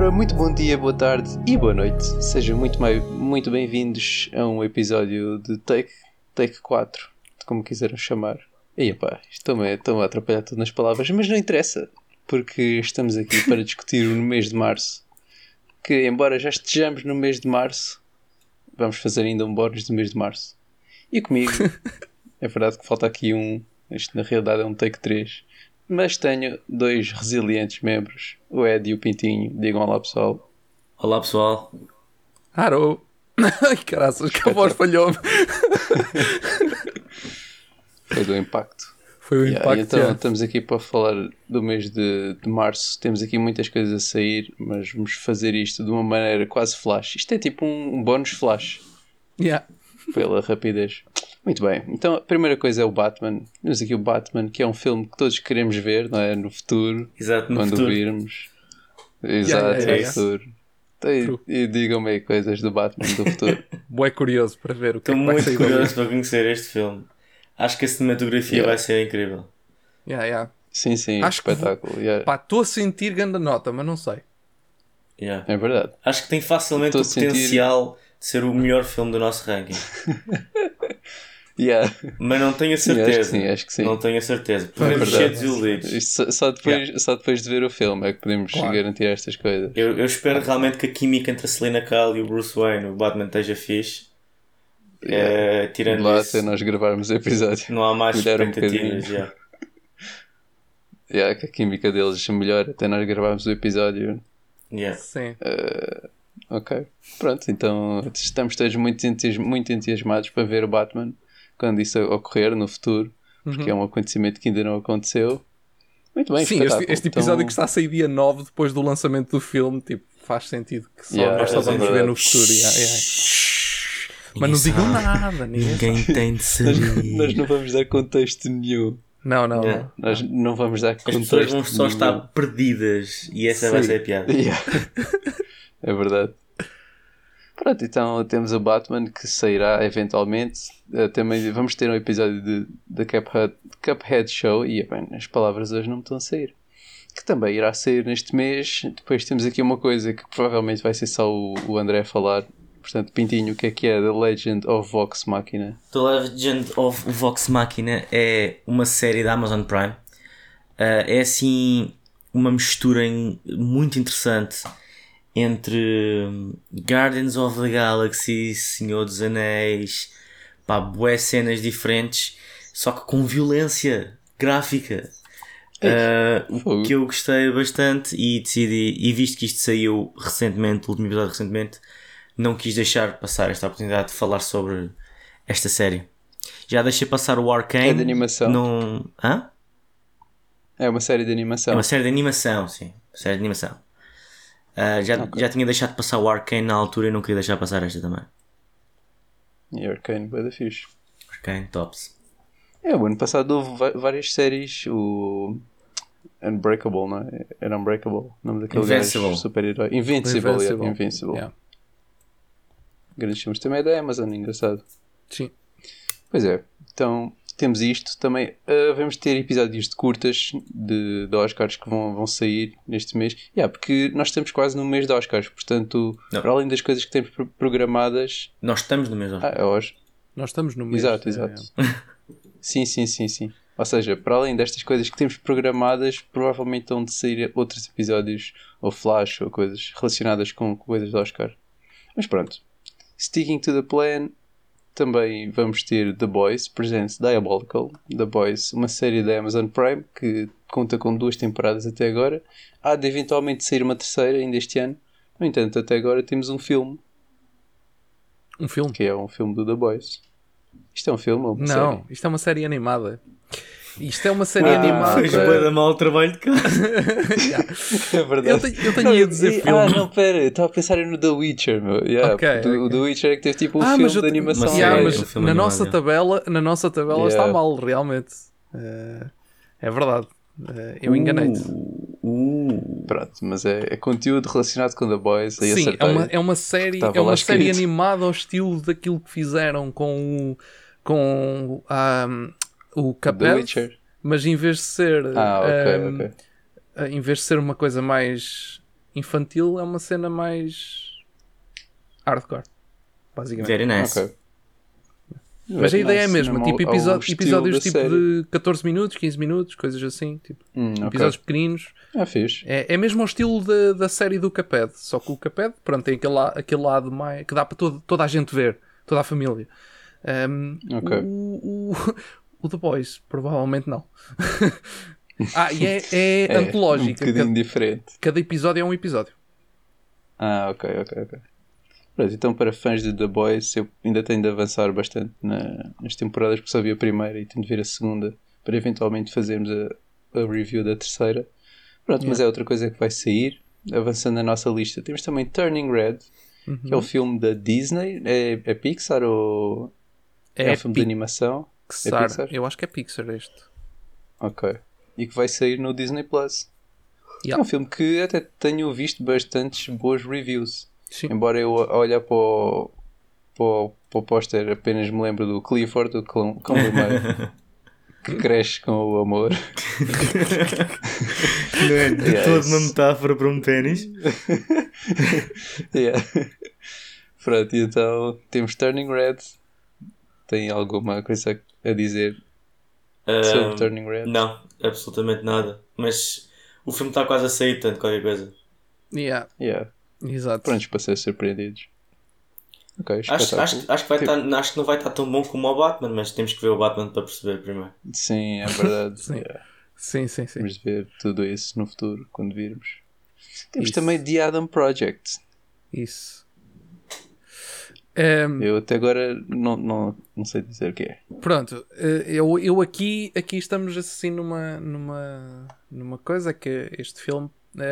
Ora, muito bom dia, boa tarde e boa noite. Sejam muito bem-vindos a um episódio de Take 4, de como quiseram chamar. E pá, estou-me a atrapalhar tudo nas palavras, mas não interessa, porque estamos aqui para discutir no mês de março. Que, embora já estejamos no mês de março, vamos fazer ainda um bónus do mês de março. E comigo, é verdade que falta aqui isto na realidade é um Take 3. Mas tenho dois resilientes membros, o Ed e o Pintinho. Digam olá, pessoal. Olá, pessoal. Arou. Ai, caraças, que a voz falhou-me. Foi do impacto. Foi o impacto, então estamos aqui para falar do mês de março. Temos aqui muitas coisas a sair, mas vamos fazer isto de uma maneira quase flash. Isto é tipo um bónus flash. Pela rapidez. Muito bem, então a primeira coisa é o Batman. Temos aqui o Batman, que é um filme que todos queremos ver, não é? No futuro. Exato, no quando futuro. Virmos. Exato, no futuro. Então, e digam-me aí coisas do Batman do futuro. Bué curioso para ver o que Estou é que vai sair. muito curioso para conhecer este filme. Acho que a cinematografia vai ser incrível. Sim, Acho espetáculo. Estou a sentir grande nota, mas não sei. É verdade. Acho que tem facilmente o potencial de ser o melhor filme do nosso ranking. Mas não tenho a certeza. Acho que sim. Não tenho a certeza. Podemos ser desiludidos. Só depois de ver o filme é que podemos garantir estas coisas. Eu espero realmente que a química entre a Selina Kyle e o Bruce Wayne, o Batman, esteja fixe. Tirando lá isso, até nós gravarmos o episódio. Não há mais expectativas. Que a química deles melhor até nós gravarmos o episódio. Sim. Ok. Pronto, então estamos todos muito entusiasmados para ver o Batman quando isso ocorrer no futuro, porque é um acontecimento que ainda não aconteceu. Muito bem, sim, este episódio que está a sair dia 9 depois do lançamento do filme, tipo, faz sentido que nós só vamos ver no futuro. Mas não digam nada, ninguém tem de saber. Nós não vamos dar contexto nenhum. Não. Nós não vamos dar contexto. As pessoas vão só estar perdidas e essa vai ser a piada. É verdade. Pronto, então temos o Batman que sairá eventualmente. Também vamos ter um episódio da Cuphead Show e bem, as palavras hoje não me estão a sair. Que também irá sair neste mês. Depois temos aqui uma coisa que provavelmente vai ser só o André a falar. Portanto, Pintinho, o que é The Legend of Vox Machina? The Legend of Vox Machina é uma série da Amazon Prime. É assim uma mistura muito interessante entre Guardians of the Galaxy, Senhor dos Anéis, bué cenas diferentes, só que com violência gráfica. O que eu gostei bastante e decidi, e visto que isto saiu recentemente, o último episódio recentemente, não quis deixar passar esta oportunidade de falar sobre esta série. Já deixei passar o Arcane. É de animação? Hã? É uma série de animação. É uma série de animação, sim. Série de animação. Já tinha deixado passar o Arcane na altura e não queria deixar passar esta também. E Arcane, bué da fixe. Arcane, tops. O ano passado houve várias séries. O Unbreakable, não é? Era Unbreakable. O nome daquele gajo super-herói. Invincible. Yeah. Grandes filmes também é da Amazon, engraçado. Sim. Pois é, então temos isto. Também vamos ter episódios de curtas de Oscars que vão sair neste mês. Porque nós estamos quase no mês de Oscars, portanto, para além das coisas que temos programadas... Nós estamos no mês de Oscars. É hoje. Nós estamos no mês. Exato. Sim. Ou seja, para além destas coisas que temos programadas, provavelmente estão de sair outros episódios, ou flash, ou coisas relacionadas com coisas de Oscar. Mas pronto. Sticking to the plan, também vamos ter The Boys Presents Diabolical. The Boys, uma série da Amazon Prime que conta com 2 temporadas até agora. Há de eventualmente sair uma terceira ainda este ano. No entanto, até agora temos um filme. Um filme? Que é um filme do The Boys. Isto é um filme ou uma série? Não, isto é uma série animada. Isto é uma série animada. Fez bué da mal o trabalho de casa. É verdade. Eu tenho a dizer filme. Não, pera, eu estava a pensar no The Witcher, meu. O The Witcher é que teve tipo um filme de animação. Mas na nossa tabela está mal, realmente. É verdade. Eu enganei-te. Pronto, mas é conteúdo relacionado com The Boys. Sim, é uma série animada ao estilo daquilo que fizeram com o Cuphead, mas em vez de ser em vez de ser uma coisa mais infantil, é uma cena mais hardcore, basicamente. Very nice. Ok. Mas a ideia é a mesma, tipo ao estilo episódios da tipo série. de 14 minutos, 15 minutos, coisas assim, tipo, Ok. episódios pequeninos. Fixe. É mesmo ao estilo da série do Cuphead, só que o Cuphead, pronto, tem aquele lado mais que dá para toda a gente ver, toda a família. Ok. O The Boys, provavelmente não. E é antológico. Um bocadinho diferente. Cada episódio é um episódio. Ok. Pronto, então para fãs de The Boys, eu ainda tenho de avançar bastante nas temporadas, porque só vi a primeira e tenho de ver a segunda para eventualmente fazermos a review da terceira. Pronto, mas é outra coisa que vai sair. Avançando na nossa lista, temos também Turning Red, que é o filme da Disney. É Pixar ou é um filme de animação? É Pixar? Eu acho que é Pixar este. Ok. E que vai sair no Disney Plus. Yeah. É um filme que até tenho visto bastantes boas reviews. Sim. Embora eu a olhar para o póster apenas me lembro do Clifford, do cão vermelho, que cresce com o amor. Não é de toda uma metáfora para um pênis. Pronto, e então temos Turning Red. Tem alguma coisa a dizer sobre Turning Red? Não, absolutamente nada. Mas o filme está quase a sair, tanto qualquer coisa. Yeah. Exato. Prontos para ser surpreendidos. Ok, acho que não vai estar tão bom como o Batman, mas temos que ver o Batman para perceber primeiro. Sim, é verdade. Sim. Sim. Vamos ver tudo isso no futuro, quando virmos. Temos também The Adam Project. Isso. Eu até agora não sei dizer o que é. Pronto, eu aqui estamos assim numa coisa que este filme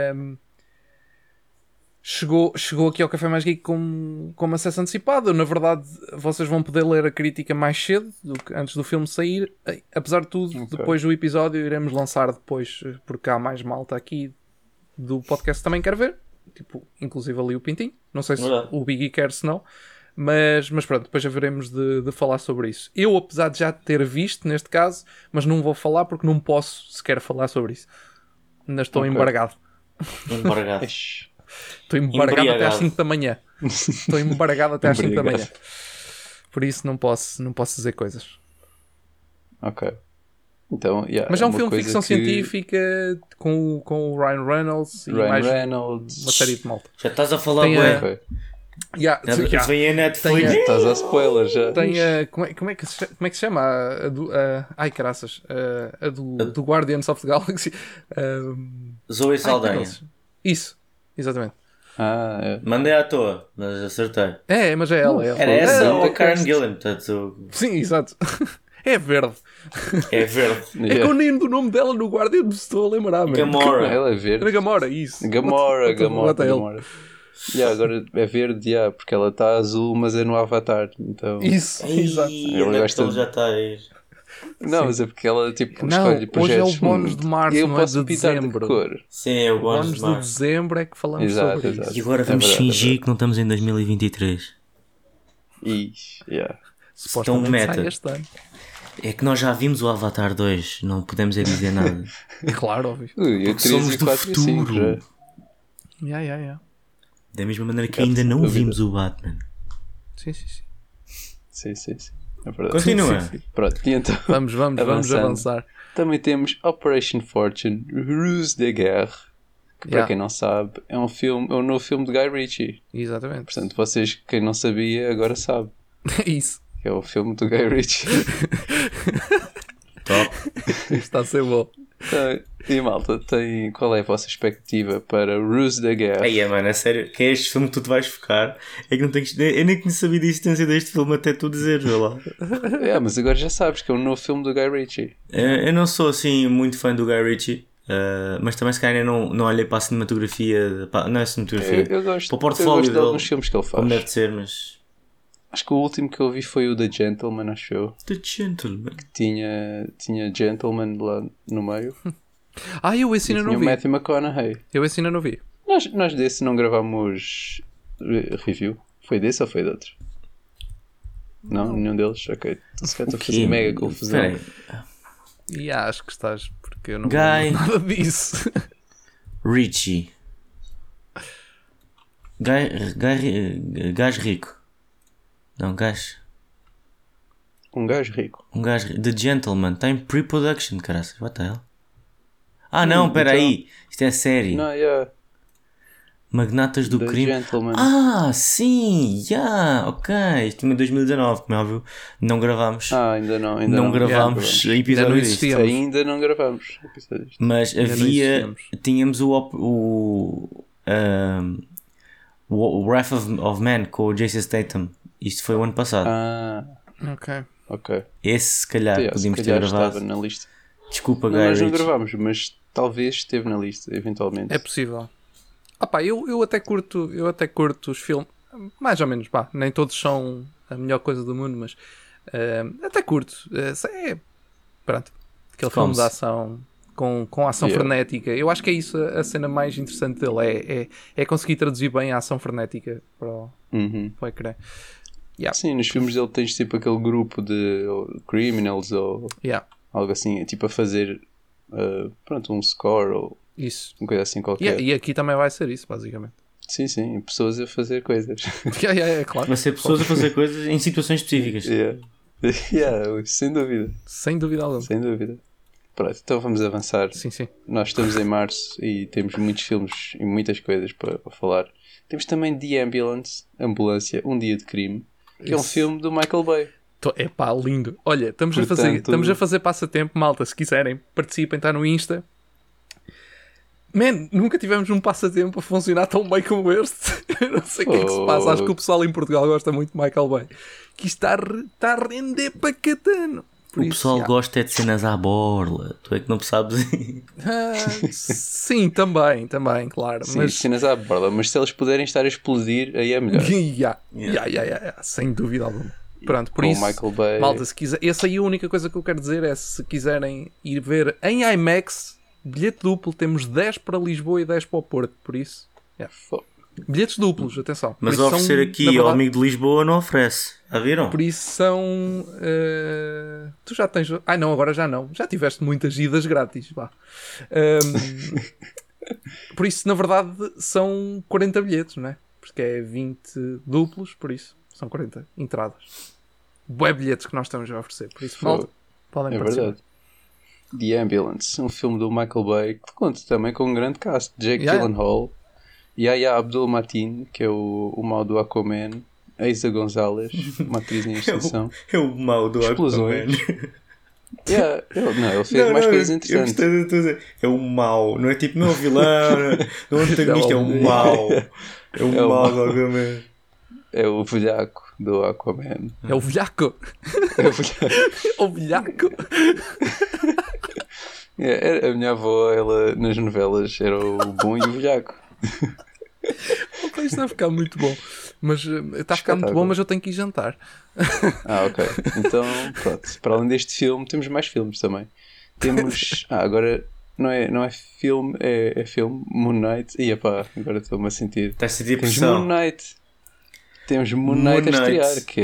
chegou aqui ao Café Mais Geek com acesso antecipado. Na verdade, vocês vão poder ler a crítica mais cedo, antes do filme sair. Apesar de tudo, depois do episódio iremos lançar depois, porque há mais malta aqui do podcast que também quer ver. Tipo, inclusive ali o Pintinho. Não sei se o Biggie quer, se não. Mas pronto, depois haveremos de falar sobre isso. Eu, apesar de já ter visto, neste caso, mas não vou falar porque não posso sequer falar sobre isso. Ainda estou embargado. Estou embargado até às 5 da manhã. Estou embargado até às 5 da manhã. Por isso não posso dizer coisas. Ok. Então, mas é um filme de ficção científica com o Ryan Reynolds e mais uma série de malta. Já estás a falar bem. Vem a Netflix. Estás a spoiler já. Tem como é que se chama? Ai, caraças. A do Guardians of the Galaxy. Zoe Saldanha. Isso, exatamente. Mandei à toa, mas acertei. Mas é ela. Era essa ou a Karen Gillan, portanto. Sim, exato. É verde. É verde. É que eu nem do nome dela no Guardians estou a lembrar. Gamora. Ela é verde. Era Gamora, isso. Gamora. Agora é verde, porque ela está azul, mas é no Avatar. Então... Isso, exato. Ela já está a ir. Não, mas é porque ela escolhe projetos. Hoje é o bónus de março, eu não posso é de dezembro. De cor. Sim, é o bónus de dezembro é que falamos sobre isso. E agora vamos fingir que não estamos em 2023. Supostamente sai este ano. É que nós já vimos o Avatar 2, não podemos dizer nada. Claro, óbvio. Porque somos do futuro. Da mesma maneira que ainda não vimos o Batman. Sim. Sim. É verdade. Continua. Pronto, e então, vamos avançar. Também temos Operation Fortune, Ruse de Guerre, que para quem não sabe é um novo filme de Guy Ritchie. Exatamente. Portanto, vocês, quem não sabia, agora sabe. Isso. É o filme do Guy Ritchie. Top. Está a ser bom. E malta, qual é a vossa expectativa para Ruse da Guerra? Mano, é sério, que é este filme que tu te vais focar? É que não tenho, eu nem sabia da existência deste filme até tu dizeres, vê lá. Mas agora já sabes que é um novo filme do Guy Ritchie. Eu não sou assim muito fã do Guy Ritchie, mas também se calhar não olhei para a cinematografia, não é cinematografia, eu gosto, para o portfólio de alguns filmes que ele faz. Como deve ser, mas... Acho que o último que eu vi foi o The Gentleman, acho eu. The Gentleman? Que tinha Gentleman lá no meio. Eu esse ainda não vi. Tinha o Matthew McConaughey. Eu esse ainda não vi. Nós desse não gravámos review. Foi desse ou foi de outro? Não, nenhum deles? Ok. Então se calhar estou a fazer mega confusão. Acho que estás, porque eu não vi nada disso. Ritchie. Gajo rico. Não, gajo. Um gajo rico. The Gentleman. Está em pre-production, caraças. What the hell? Não, espera aí. Isto é série. Não, yeah. Magnatas do The crime. Gentleman. Sim, ok. Isto é 2019, como é óbvio. Não gravámos. Ainda não. Não gravámos episódio disto. Ainda não gravámos episódios. Mas tínhamos o Wrath of Man com o Jason Statham. Isto foi o ano passado. Ok. Esse se calhar podíamos ter gravado. Estava na lista. Desculpa, não, Guy nós não Ritchie. gravámos, mas talvez esteve na lista, eventualmente. É possível. Eu até curto os filmes, mais ou menos, nem todos são a melhor coisa do mundo, mas até curto. Pronto, aquele filme de ação com ação frenética. Eu acho que é isso a cena mais interessante dele, é conseguir traduzir bem a ação frenética para o ecrã. Sim, nos filmes dele tens tipo aquele grupo de criminals ou algo assim, tipo a fazer um score ou isso. uma coisa assim qualquer. E aqui também vai ser isso, basicamente. Sim, pessoas a fazer coisas. Claro. Vai ser pessoas a fazer coisas em situações específicas. Sem dúvida. Sem dúvida alguma. Sem dúvida. Pronto, então vamos avançar. Sim. Nós estamos em março e temos muitos filmes e muitas coisas para falar. Temos também The Ambulância, Um Dia de Crime, que é um filme do Michael Bay. Lindo. Olha, estamos a fazer passatempo, malta, se quiserem, participem, está no Insta. Man, nunca tivemos um passatempo a funcionar tão bem como este. Eu não sei o que é que se passa. Acho que o pessoal em Portugal gosta muito de Michael Bay. Que isto está a render para catano. O pessoal gosta de cenas à borla. Tu é que não sabes. Sim, também, claro. Sim, cenas à borla. Mas se eles puderem estar a explodir, aí é melhor. Sem dúvida alguma. Pronto, por com isso, Michael Bay. malta, se quiser, essa aí a única coisa que eu quero dizer é, se quiserem ir ver em IMAX, bilhete duplo, temos 10 para Lisboa e 10 para o Porto, por isso, bilhetes duplos, atenção. Mas oferecer aqui verdade, ao amigo de Lisboa não oferece, já viram? Por isso são, tu já tens, não, agora já não, já tiveste muitas idas grátis, por isso, na verdade, são 40 bilhetes, não é? Porque é 20 duplos, por isso, são 40 entradas. Bué bilhetes que nós estamos a oferecer, por isso, malta, podem participar. Verdade. The Ambulance, um filme do Michael Bay que conta também com um grande cast. Jake Gyllenhaal, Yahya Abdul-Mateen, que é o mau do Aquaman, Eiza Gonzalez, uma atriz em extinção. É o mau do Aquaman. Ele fez mais coisas interessantes. É o mau, não é tipo meu vilão, não é o antagonista, é o mau. É o mau do Aquaman. É o velhaco do Aquaman. É o velhaco? O velhaco? A minha avó, ela nas novelas era o bom e o velhaco. Isto está a ficar muito bom. Mas está a ficar muito bom, mas eu tenho que ir jantar. Ok. Então, pronto. Para além deste filme, temos mais filmes também. Temos. Agora não é filme, é filme. Moon Knight. E agora estou-me a sentir. Estás a sentir pressão? Temos Moon Knight a estrear, que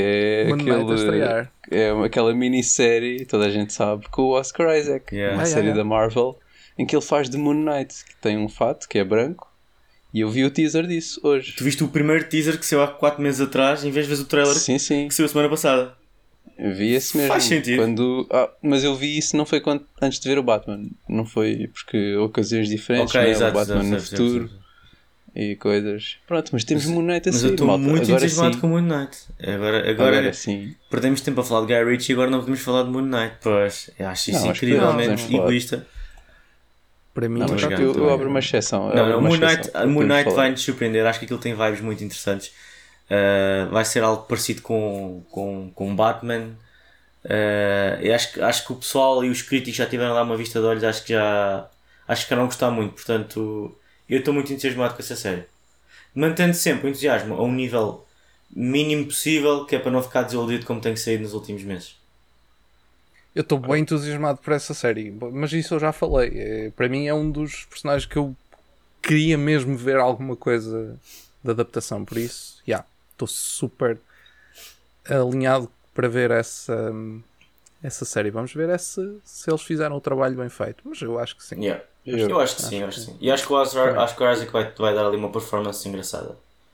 é aquela minissérie, toda a gente sabe, com o Oscar Isaac, uma série da Marvel, em que ele faz de Moon Knight, que tem um fato que é branco, e eu vi o teaser disso hoje. Tu viste o primeiro teaser que saiu há 4 meses atrás, em vez de ver o trailer sim. que saiu a semana passada? Eu vi esse mesmo. Faz sentido. Mas eu vi isso, não foi antes de ver o Batman, não foi porque ocasiões diferentes, exato, o Batman no futuro. E coisas. Pronto, mas temos Moon Knight assim. Mas eu estou muito entusiasmado com Moon Knight. Agora sim. Perdemos tempo a falar de Guy Ritchie e agora não podemos falar de Moon Knight. Pois, eu acho isso incrivelmente egoísta. Para mim, eu abro uma exceção. Moon Knight vai nos surpreender. Acho que aquilo tem vibes muito interessantes. Vai ser algo parecido com Batman. Eu acho que o pessoal e os críticos já tiveram lá uma vista de olhos. Acho que não gostar muito. Portanto, eu estou muito entusiasmado com essa série. Mantendo sempre o entusiasmo a um nível mínimo possível, que é para não ficar desiludido como tem saído nos últimos meses. Eu estou bem entusiasmado por essa série, mas isso eu já falei. Para mim é um dos personagens que eu queria mesmo ver alguma coisa de adaptação, por isso, estou super alinhado para ver essa série. Vamos ver se eles fizeram o trabalho bem feito, mas eu acho que sim. Eu acho que sim. E acho que o Isaac vai dar ali uma performance engraçada.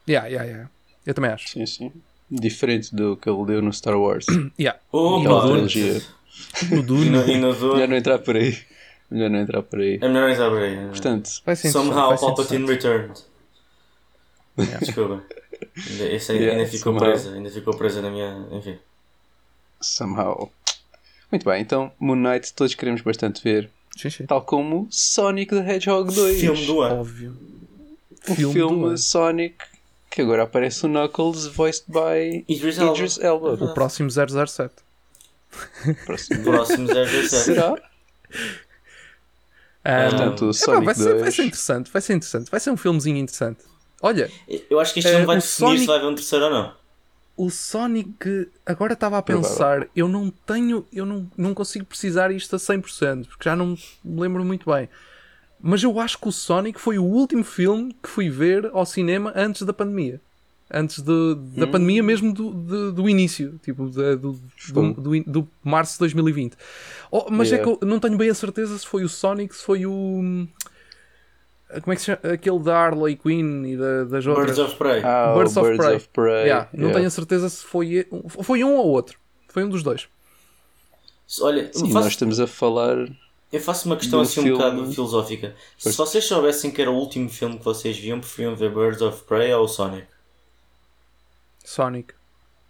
Yeah. Eu também acho. Sim. Diferente do que ele deu no Star Wars. Yeah. Aquela trilogia. No Dune. E no Dune. Melhor não entrar por aí. É melhor não entrar por aí. Portanto, Vai ser Somehow interessante, vai ser Palpatine interessante. returned. Desculpa. Esse ainda ficou somehow. presa. Ainda ficou presa na minha. Enfim. somehow. Muito bem, então Moon Knight todos queremos bastante ver. Sim. Tal como Sonic the Hedgehog 2. Filme do ano. Óbvio. O filme Sonic, que agora aparece o Knuckles, voiced by Idris Elba. O próximo 007. Próximo 007. Será? Portanto, o Sonic vai 2. ser interessante. Vai ser um filmezinho interessante. Olha, Eu acho que este filme vai o definir Sonic- se vai haver um terceiro ou não. o Sonic, agora estava a pensar, eu não consigo precisar isto a 100%, porque já não me lembro muito bem. Mas eu acho que o Sonic foi o último filme que fui ver ao cinema antes da pandemia. Antes da pandemia mesmo do início, tipo do março de 2020. Mas é que eu não tenho bem a certeza se foi o Sonic, se foi o... Como é que se chama? Aquele da Harley Quinn e das outras. Birds of Prey. Birds of Prey. Não Yeah. tenho a certeza se foi um ou outro. Foi um dos dois. Olha, Sim, nós estamos a falar. eu faço uma questão do assim filme. um bocado filosófica. Se vocês soubessem que era o último filme que vocês viam, preferiam ver Birds of Prey ou Sonic? Sonic.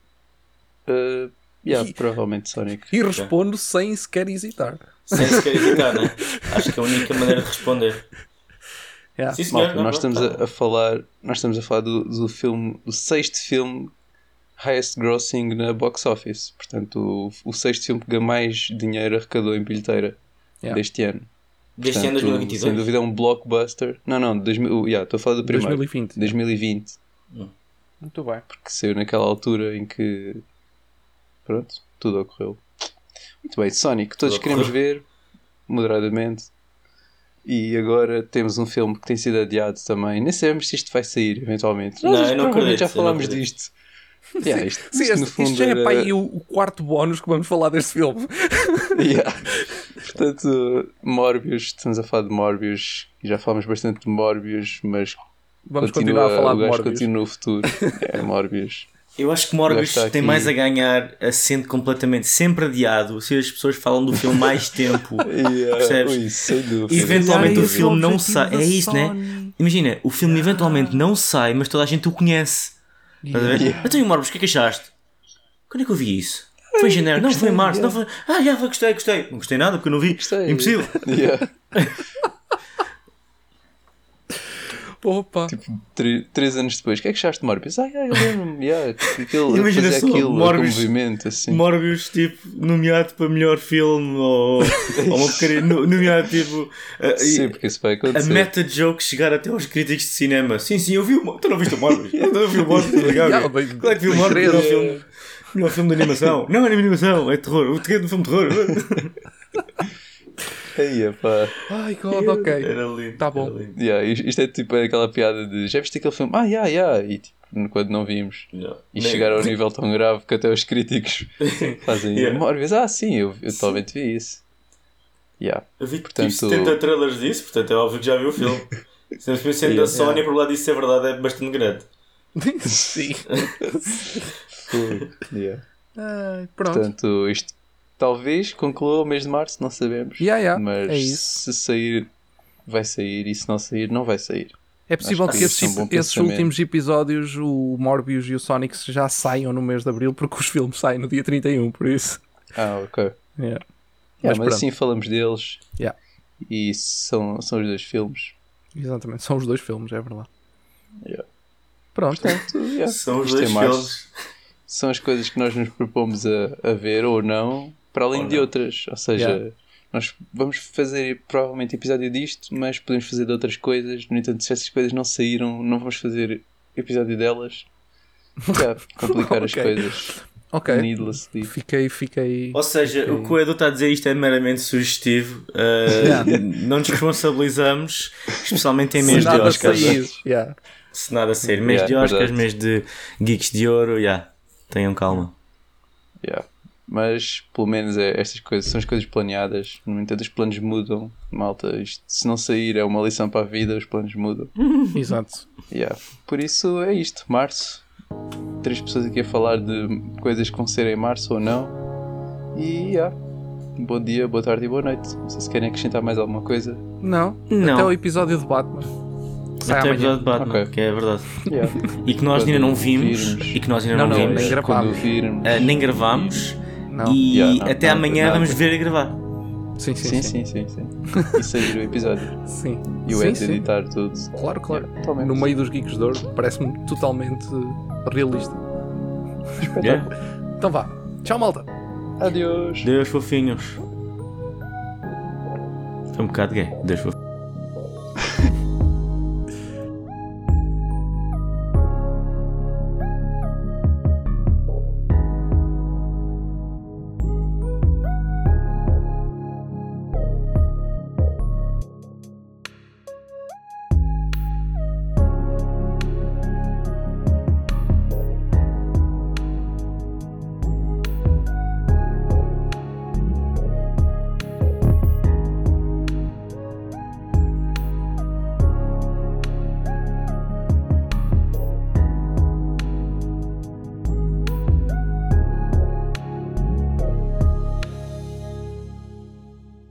Provavelmente Sonic. E respondo sem sequer hesitar. Sem sequer hesitar, né? Acho que é a única maneira de responder. Yeah. Sim, senhor. Malta, nós estamos a falar do filme, do sexto filme highest grossing na box office. Portanto, o sexto filme que mais dinheiro arrecadou em bilheteira deste ano. Deste ano, 2022? Sem dúvida é um blockbuster. Não, estou a falar do primeiro. 2020. Muito bem. Porque saiu naquela altura em que pronto, tudo ocorreu. Muito bem, Sonic, todos queremos ver moderadamente. E agora temos um filme que tem sido adiado também. Nem sabemos se isto vai sair eventualmente. Não, eu não acredito. Já falámos disto. Isto já é para aí o quarto bónus que vamos falar deste filme. Portanto, Morbius, estamos a falar de Morbius. Já falamos bastante de Morbius, mas vamos continuar a falar de Morbius. Continua no futuro. É Morbius. Eu acho que Morbius tem mais a ganhar sendo completamente sempre adiado. Se as pessoas falam do filme mais tempo, percebes? Sem dúvida. Eventualmente o filme não sai. É isso, né? Imagina, o filme eventualmente não sai, mas toda a gente o conhece. Estás a ver? Então, Morbius, o que é que achaste? Quando é que eu vi isso? Foi em janeiro? Não, foi em março? Não foi... gostei. Não gostei nada porque eu não vi. Impossível. Opa. Tipo, 3 anos depois, o que é que achaste de Morbius? Eu lembro-me, Imagina fazer só, aquilo, Morbius, movimento, assim. Morbius, tipo, nomeado para melhor filme ou uma porcaria, nomeado, tipo... Sim, porque isso vai acontecer. A meta-joke chegar até aos críticos de cinema. Sim, eu vi o... Tu não viste o Morbius? Eu não vi o Morbius, legal. Claro que vi o Morbius, melhor filme de animação. Não é animação, é terror. O segredo do filme de terror. Ai, God, ok. Era lindo. Tá bom. Isto é tipo aquela piada de já viste aquele filme? E tipo, quando não vimos. E chegar ao nível tão grave que até os críticos fazem Morbius. Sim, eu totalmente vi isso. Eu vi tipo 70 trailers disso, portanto é óbvio que já vi o filme. Sendo da Sony, a probabilidade disso ser verdade é bastante grande. Sim. Pronto. Portanto, isto talvez conclua o mês de março, não sabemos. Mas é isso. Se sair, vai sair. E se não sair, não vai sair. É possível que esses últimos episódios, o Morbius e o Sonic, já saiam no mês de Abril, porque os filmes saem no dia 31, por isso. Ok. Mas assim falamos deles. E são os dois filmes. Exatamente, são os dois filmes, é verdade. Pronto. Portanto, são os dois filmes. São as coisas que nós nos propomos a ver ou não, para além de outras. Ou seja, nós vamos fazer provavelmente episódio disto, mas podemos fazer de outras coisas. No entanto, se essas coisas não saíram, não vamos fazer episódio delas. Complicar as coisas. Needlessly. Fiquei. Ou seja, o que o Edu está a dizer isto é meramente sugestivo. Não nos responsabilizamos, especialmente em mês de Oscars. Se nada sair. Mês de Oscars, mês de Geeks de Ouro. Tenham calma. Mas pelo menos estas coisas são as coisas planeadas. No entanto, os planos mudam, malta. Isto, se não sair, é uma lição para a vida. Os planos mudam. Exato. Yeah. Por isso é isto, março. 3 pessoas aqui a falar de coisas que vão ser em março ou não. E bom dia, boa tarde e boa noite. Não sei se querem acrescentar mais alguma coisa. Não. Até o episódio de Batman. Até o episódio de Batman, que é verdade. Yeah. E que nós ainda não vimos. E que nós ainda não vimos. Nem gravámos. Nem gravámos. Não. E até amanhã vamos ver e gravar. Sim. E sair o episódio. Sim. E o Ed editar tudo. Claro. Yeah, no meio dos Geeks de Ouro, parece-me totalmente realista. Yeah. Então vá. Tchau, malta. Adeus. Deus fofinhos. Foi um bocado gay. Deus fofinhos.